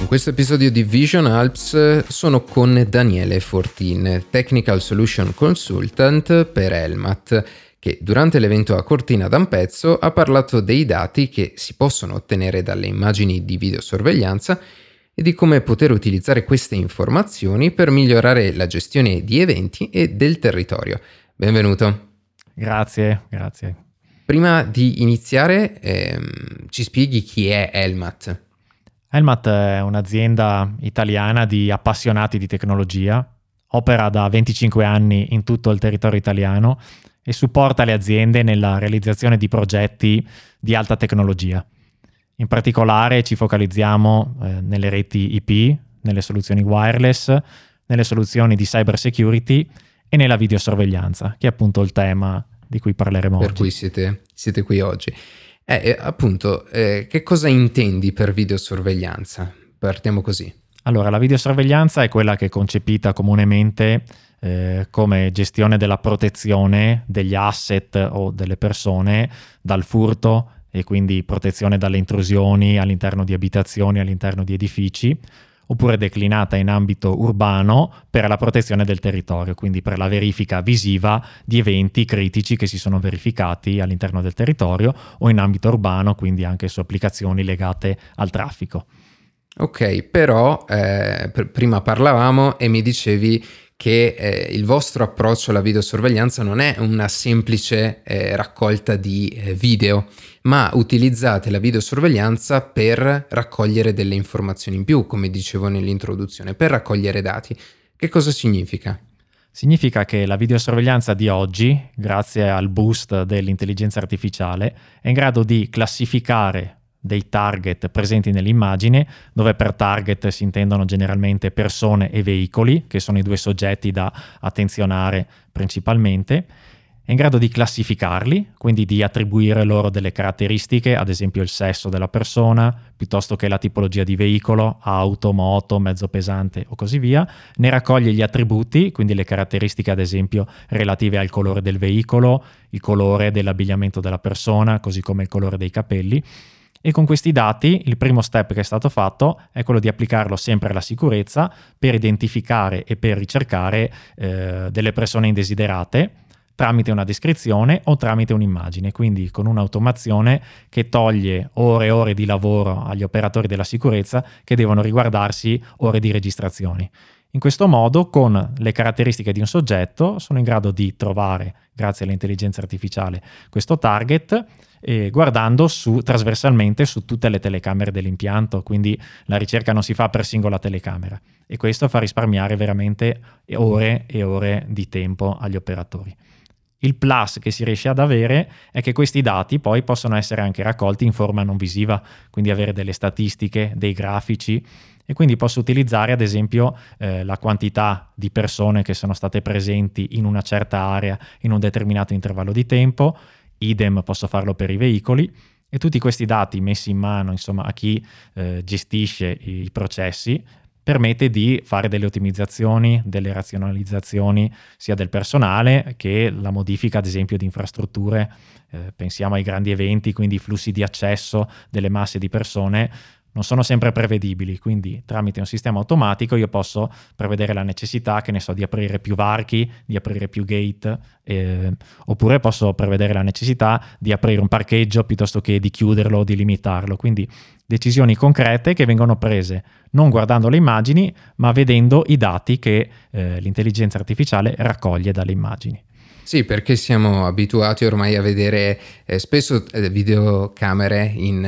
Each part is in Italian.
In questo episodio di Vision Alps sono con Daniele Fortin, Technical Solution Consultant per Elmat, che durante l'evento a Cortina d'Ampezzo ha parlato dei dati che si possono ottenere dalle immagini di videosorveglianza e di come poter utilizzare queste informazioni per migliorare la gestione di eventi e del territorio. Benvenuto. Grazie. Prima di iniziare, ci spieghi chi è Elmat? Elmat è un'azienda italiana di appassionati di tecnologia, opera da 25 anni in tutto il territorio italiano e supporta le aziende nella realizzazione di progetti di alta tecnologia. In particolare ci focalizziamo nelle reti IP, nelle soluzioni wireless, nelle soluzioni di cyber security e nella videosorveglianza, che è appunto il tema di cui parleremo oggi. Per cui siete qui oggi. Che cosa intendi per videosorveglianza? Partiamo così. Allora, la videosorveglianza è quella che è concepita comunemente come gestione della protezione degli asset o delle persone dal furto e quindi protezione dalle intrusioni all'interno di abitazioni, all'interno di edifici, oppure declinata in ambito urbano per la protezione del territorio, quindi per la verifica visiva di eventi critici che si sono verificati all'interno del territorio, o in ambito urbano, quindi anche su applicazioni legate al traffico. Ok, però prima parlavamo e mi dicevi che il vostro approccio alla videosorveglianza non è una semplice raccolta di video, ma utilizzate la videosorveglianza per raccogliere delle informazioni in più, come dicevo nell'introduzione, per raccogliere dati. Che cosa significa? Significa che la videosorveglianza di oggi, grazie al boost dell'intelligenza artificiale, è in grado di classificare dei target presenti nell'immagine, dove per target si intendono generalmente persone e veicoli, che sono i due soggetti da attenzionare principalmente. È in grado di classificarli, quindi di attribuire loro delle caratteristiche, ad esempio il sesso della persona, piuttosto che la tipologia di veicolo, auto, moto, mezzo pesante o così via. Ne raccoglie gli attributi, quindi le caratteristiche ad esempio relative al colore del veicolo, il colore dell'abbigliamento della persona, così come il colore dei capelli. E con questi dati il primo step che è stato fatto è quello di applicarlo sempre alla sicurezza per identificare e per ricercare delle persone indesiderate tramite una descrizione o tramite un'immagine, quindi con un'automazione che toglie ore e ore di lavoro agli operatori della sicurezza che devono riguardarsi ore di registrazioni. In questo modo, con le caratteristiche di un soggetto, sono in grado di trovare, grazie all'intelligenza artificiale, questo target guardando trasversalmente su tutte le telecamere dell'impianto, quindi la ricerca non si fa per singola telecamera e questo fa risparmiare veramente ore e ore di tempo agli operatori. Il plus che si riesce ad avere è che questi dati poi possono essere anche raccolti in forma non visiva, quindi avere delle statistiche, dei grafici, e quindi posso utilizzare ad esempio la quantità di persone che sono state presenti in una certa area in un determinato intervallo di tempo. Idem posso farlo per i veicoli, e tutti questi dati messi in mano a chi gestisce i processi permette di fare delle ottimizzazioni, delle razionalizzazioni sia del personale che la modifica ad esempio di infrastrutture. Pensiamo ai grandi eventi, quindi i flussi di accesso delle masse di persone non sono sempre prevedibili, quindi tramite un sistema automatico io posso prevedere la necessità, di aprire più varchi, di aprire più gate, oppure posso prevedere la necessità di aprire un parcheggio piuttosto che di chiuderlo o di limitarlo. Quindi decisioni concrete che vengono prese non guardando le immagini, ma vedendo i dati che l'intelligenza artificiale raccoglie dalle immagini. Sì, perché siamo abituati ormai a vedere spesso videocamere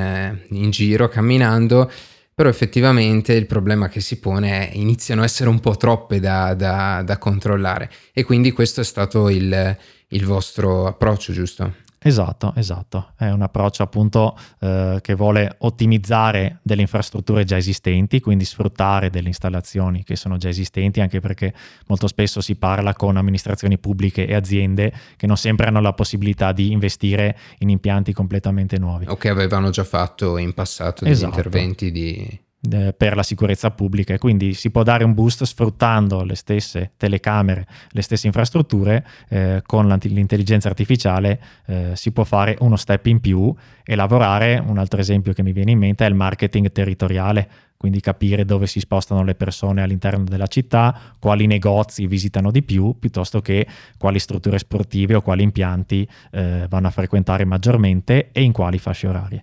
in giro, camminando, però effettivamente il problema che si pone è iniziano a essere un po' troppe da controllare, e quindi questo è stato il vostro approccio, giusto? Esatto, è un approccio appunto che vuole ottimizzare delle infrastrutture già esistenti, quindi sfruttare delle installazioni che sono già esistenti, anche perché molto spesso si parla con amministrazioni pubbliche e aziende che non sempre hanno la possibilità di investire in impianti completamente nuovi. O che avevano già fatto in passato degli interventi di per la sicurezza pubblica, e quindi si può dare un boost sfruttando le stesse telecamere, le stesse infrastrutture. Con l'intelligenza artificiale si può fare uno step in più e lavorare. Un altro esempio che mi viene in mente è il marketing territoriale, quindi capire dove si spostano le persone all'interno della città, quali negozi visitano di più, piuttosto che quali strutture sportive o quali impianti vanno a frequentare maggiormente e in quali fasce orarie.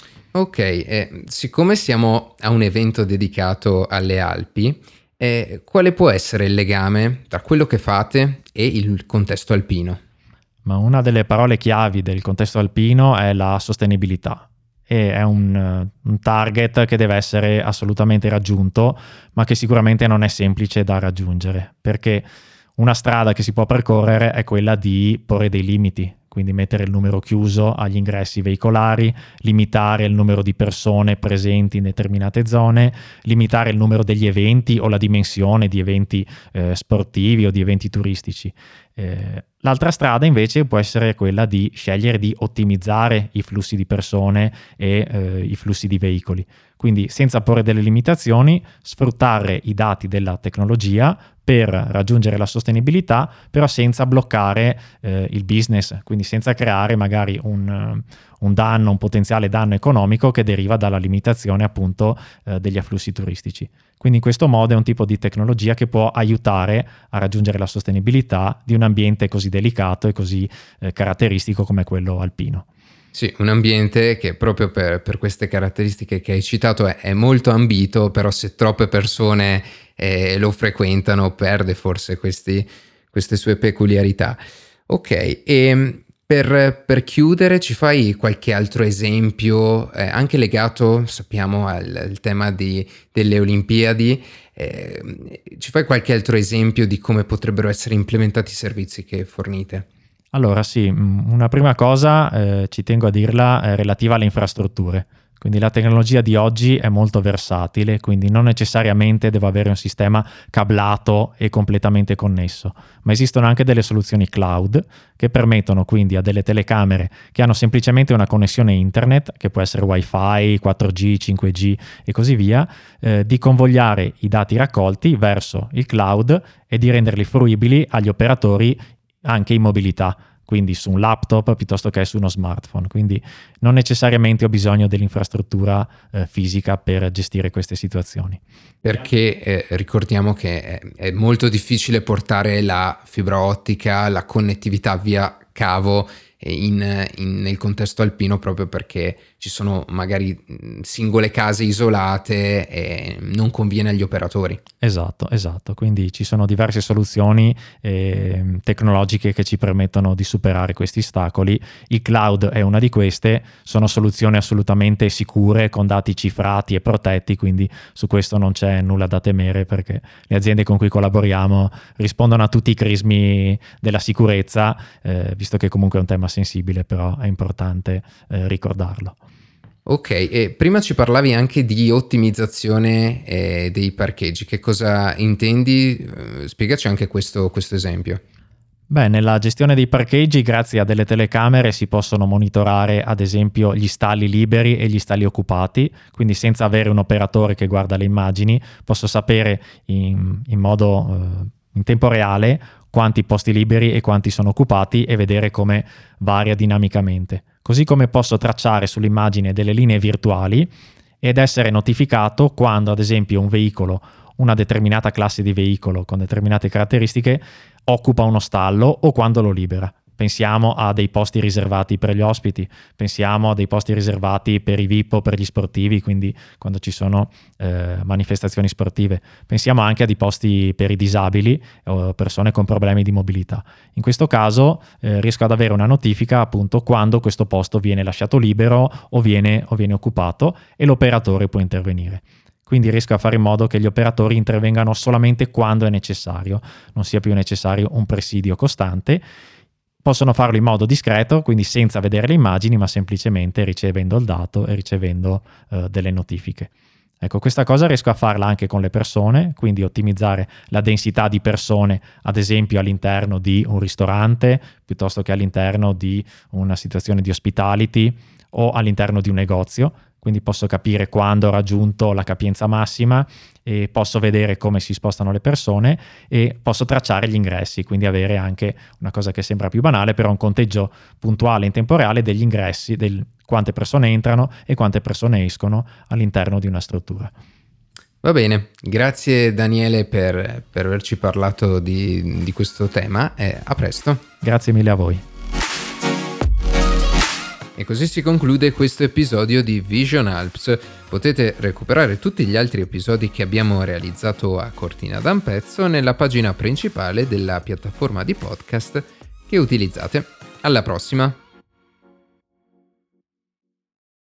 Ok, siccome siamo a un evento dedicato alle Alpi, quale può essere il legame tra quello che fate e il contesto alpino? Ma una delle parole chiavi del contesto alpino è la sostenibilità, e è un target che deve essere assolutamente raggiunto, ma che sicuramente non è semplice da raggiungere, perché una strada che si può percorrere è quella di porre dei limiti, quindi mettere il numero chiuso agli ingressi veicolari, limitare il numero di persone presenti in determinate zone, limitare il numero degli eventi o la dimensione di eventi sportivi o di eventi turistici. L'altra strada invece può essere quella di scegliere di ottimizzare i flussi di persone e i flussi di veicoli. Quindi senza porre delle limitazioni, sfruttare i dati della tecnologia per raggiungere la sostenibilità, però senza bloccare il business, quindi senza creare magari un danno, un potenziale danno economico che deriva dalla limitazione appunto degli afflussi turistici. Quindi in questo modo è un tipo di tecnologia che può aiutare a raggiungere la sostenibilità di un ambiente così delicato e così caratteristico come quello alpino. Sì, un ambiente che proprio per queste caratteristiche che hai citato è molto ambito, però se troppe persone lo frequentano perde forse queste sue peculiarità. Ok, e per chiudere ci fai qualche altro esempio, anche legato, sappiamo, al tema delle Olimpiadi, ci fai qualche altro esempio di come potrebbero essere implementati i servizi che fornite? Allora sì, una prima cosa, ci tengo a dirla, è relativa alle infrastrutture. Quindi la tecnologia di oggi è molto versatile, quindi non necessariamente deve avere un sistema cablato e completamente connesso, ma esistono anche delle soluzioni cloud che permettono quindi a delle telecamere che hanno semplicemente una connessione internet, che può essere Wi-Fi, 4G, 5G e così via, di convogliare i dati raccolti verso il cloud e di renderli fruibili agli operatori anche in mobilità, quindi su un laptop piuttosto che su uno smartphone. Quindi non necessariamente ho bisogno dell'infrastruttura fisica per gestire queste situazioni. Perché ricordiamo che è molto difficile portare la fibra ottica, la connettività via cavo nel contesto alpino, proprio perché ci sono magari singole case isolate e non conviene agli operatori. Esatto. Quindi ci sono diverse soluzioni tecnologiche che ci permettono di superare questi ostacoli. Il cloud è una di queste, sono soluzioni assolutamente sicure, con dati cifrati e protetti, quindi su questo non c'è nulla da temere, perché le aziende con cui collaboriamo rispondono a tutti i crismi della sicurezza, visto che comunque è un tema sensibile, però è importante ricordarlo. Ok, e prima ci parlavi anche di ottimizzazione dei parcheggi. Che cosa intendi? Spiegaci anche questo esempio. Beh, nella gestione dei parcheggi, grazie a delle telecamere, si possono monitorare ad esempio gli stalli liberi e gli stalli occupati, quindi senza avere un operatore che guarda le immagini, posso sapere in tempo reale quanti posti liberi e quanti sono occupati e vedere come varia dinamicamente. Così come posso tracciare sull'immagine delle linee virtuali ed essere notificato quando, ad esempio, un veicolo, una determinata classe di veicolo con determinate caratteristiche, occupa uno stallo o quando lo libera. Pensiamo a dei posti riservati per gli ospiti, pensiamo a dei posti riservati per i VIP o per gli sportivi, quindi quando ci sono manifestazioni sportive. Pensiamo anche a dei posti per i disabili o persone con problemi di mobilità. In questo caso riesco ad avere una notifica appunto quando questo posto viene lasciato libero o viene occupato, e l'operatore può intervenire. Quindi riesco a fare in modo che gli operatori intervengano solamente quando è necessario, non sia più necessario un presidio costante. Possono farlo in modo discreto, quindi senza vedere le immagini, ma semplicemente ricevendo il dato e ricevendo delle notifiche. Ecco, questa cosa riesco a farla anche con le persone, quindi ottimizzare la densità di persone, ad esempio all'interno di un ristorante, piuttosto che all'interno di una situazione di hospitality o all'interno di un negozio. quindi posso capire quando ho raggiunto la capienza massima e posso vedere come si spostano le persone e posso tracciare gli ingressi, quindi avere anche una cosa che sembra più banale, però un conteggio puntuale in tempo reale degli ingressi, quante persone entrano e quante persone escono all'interno di una struttura. Va bene, grazie Daniele per averci parlato di questo tema e a presto. Grazie mille a voi. E così si conclude questo episodio di Vision Alps. Potete recuperare tutti gli altri episodi che abbiamo realizzato a Cortina d'Ampezzo nella pagina principale della piattaforma di podcast che utilizzate. Alla prossima!